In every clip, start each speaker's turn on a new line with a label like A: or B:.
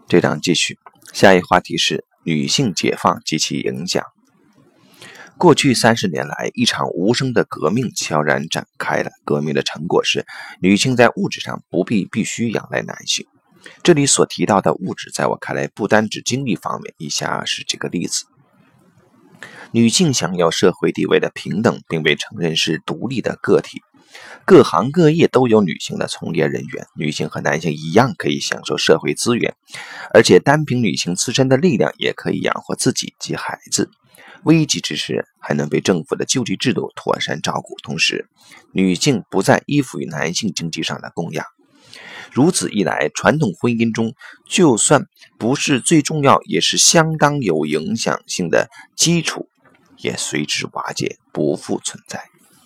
A: 这章继续，下一话题是女性解放及其影响。过去30年来，一场无声的革命悄然展开了。革命的成果是，女性在物质上必须仰赖男性。这里所提到的物质，在我看来不单指经济方面，以下是几个例子。女性想要社会地位的平等，并被承认是独立的个体。各行各业都有女性的从业人员，女性和男性一样可以享受社会资源，而且单凭女性自身的力量也可以养活自己及孩子，危急之时还能被政府的救济制度妥善照顾。同时，女性不再依附于男性经济上的供养。如此一来，传统婚姻中就算不是最重要，也是相当有影响性的基础，也随之瓦解，不复存在。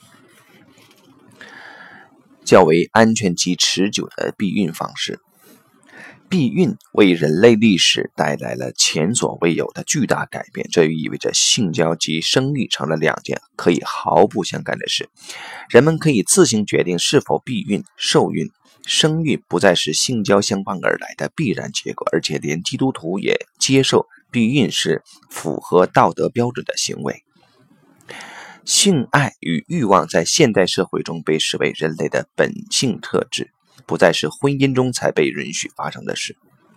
A: 较为安全及持久的避孕方式。避孕为人类历史带来了前所未有的巨大改变，这意味着性交及生育成了两件可以毫不相干的事。人们可以自行决定是否避孕、受孕，生育不再是性交相伴而来的必然结果，而且连基督徒也接受避孕是符合道德标准的行为。性爱与欲望在现代社会中被视为人类的本性特质，不再是婚姻中才被允许发生的事。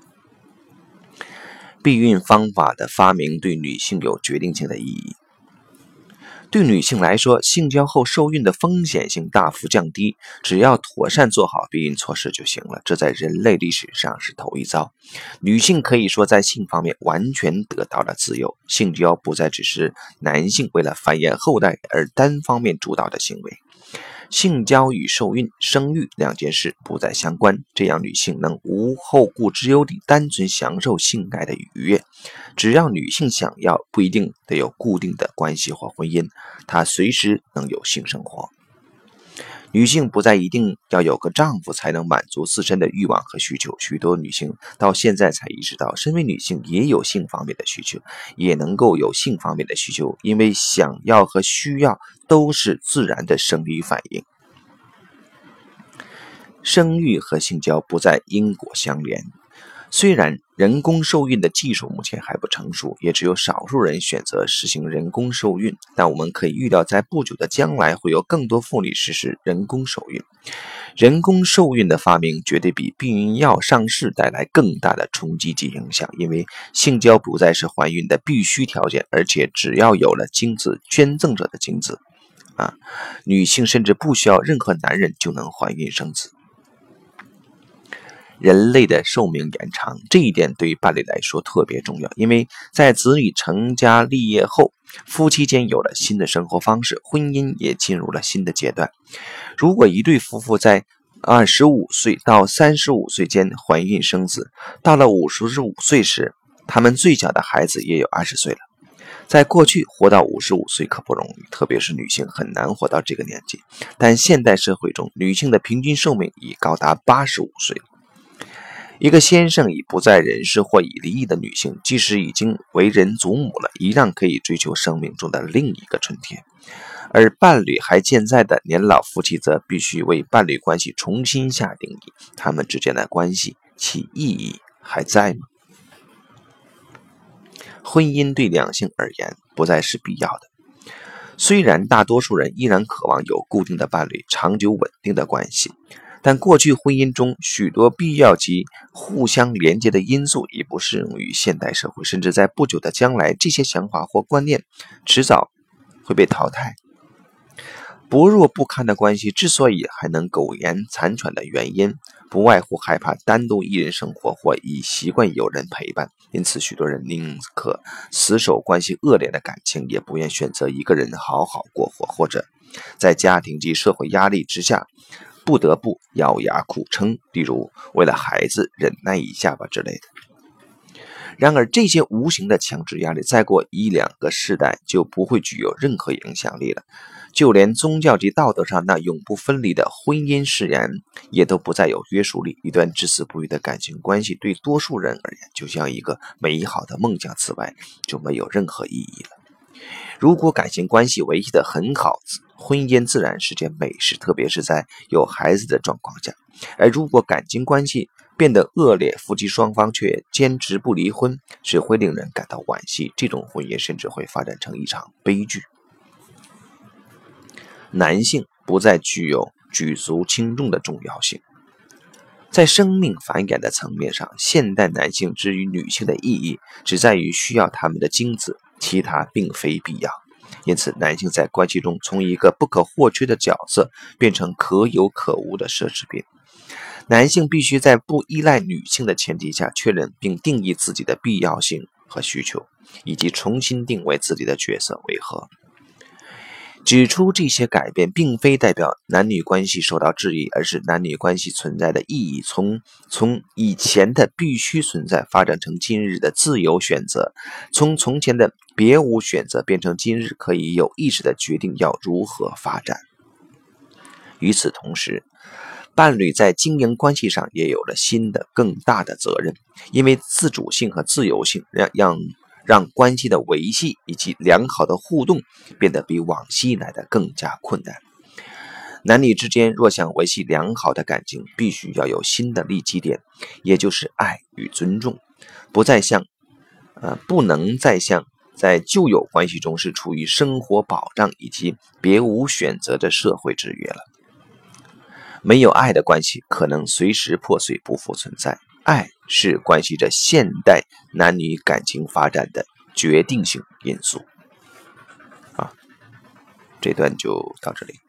A: 避孕方法的发明对女性有决定性的意义。对女性来说，性交后受孕的风险性大幅降低，只要妥善做好避孕措施就行了。这在人类历史上是头一遭。女性可以说在性方面完全得到了自由，性交不再只是男性为了繁衍后代而单方面主导的行为。性交与受孕、生育两件事不再相关，这样女性能无后顾之忧地单纯享受性爱的愉悦。只要女性想要，不一定得有固定的关系或婚姻，她随时能有性生活。女性不再一定要有个丈夫才能满足自身的欲望和需求，许多女性到现在才意识到，身为女性也有性方面的需求，也能够有性方面的需求，因为想要和需要都是自然的生理反应。生育和性交不再因果相连。虽然人工受孕的技术目前还不成熟，也只有少数人选择实行人工受孕，但我们可以预料，在不久的将来会有更多妇女实施人工受孕。人工受孕的发明绝对比避孕药上市带来更大的冲击及影响，因为性交不再是怀孕的必须条件，而且只要有了精子捐赠者的精子，女性甚至不需要任何男人就能怀孕生子。人类的寿命延长，这一点对于伴侣来说特别重要，因为在子女成家立业后，夫妻间有了新的生活方式，婚姻也进入了新的阶段。如果一对夫妇在25岁到35岁间怀孕生子，到了55岁时，他们最小的孩子也有20岁了。在过去，活到55岁可不容易，特别是女性很难活到这个年纪，但现代社会中，女性的平均寿命已高达85岁了。一个先生已不在人世或已离异的女性，即使已经为人祖母了，一样可以追求生命中的另一个春天。而伴侣还健在的年老夫妻则必须为伴侣关系重新下定义，他们之间的关系其意义还在吗？婚姻对两性而言不再是必要的。虽然大多数人依然渴望有固定的伴侣、长久稳定的关系，但过去婚姻中许多必要及互相连接的因素已不适用于现代社会，甚至在不久的将来，这些想法或观念迟早会被淘汰。薄弱不堪的关系之所以还能苟延残喘的原因，不外乎害怕单独一人生活或已习惯有人陪伴，因此许多人宁可死守关系恶劣的感情，也不愿选择一个人好好过活，或者在家庭及社会压力之下不得不咬牙苦撑，例如为了孩子忍耐一下吧之类的。然而这些无形的强制压力再过1-2个世代就不会具有任何影响力了，就连宗教及道德上那永不分离的婚姻誓言也都不再有约束力。一段至死不渝的感情关系对多数人而言就像一个美好的梦想，此外就没有任何意义了。如果感情关系维系得很好，婚姻自然是件美事，特别是在有孩子的状况下。而如果感情关系变得恶劣，夫妻双方却坚持不离婚，只会令人感到惋惜。这种婚姻甚至会发展成一场悲剧。男性不再具有举足轻重的重要性。在生命繁衍的层面上，现代男性之于女性的意义只在于需要他们的精子，其他并非必要。因此，男性在关系中从一个不可或缺的角色变成可有可无的奢侈品。男性必须在不依赖女性的前提下确认并定义自己的必要性和需求，以及重新定位自己的角色为何。指出这些改变并非代表男女关系受到质疑，而是男女关系存在的意义从以前的必须存在发展成今日的自由选择，从从前的别无选择变成今日可以有意识的决定要如何发展。与此同时，伴侣在经营关系上也有了新的更大的责任，因为自主性和自由性让关系的维系以及良好的互动变得比往昔来的更加困难。男女之间若想维系良好的感情，必须要有新的立基点，也就是爱与尊重，不能再像在旧有关系中是处于生活保障以及别无选择的社会制约了。没有爱的关系可能随时破碎，不复存在。爱是关系着现代男女感情发展的决定性因素。这段就到这里。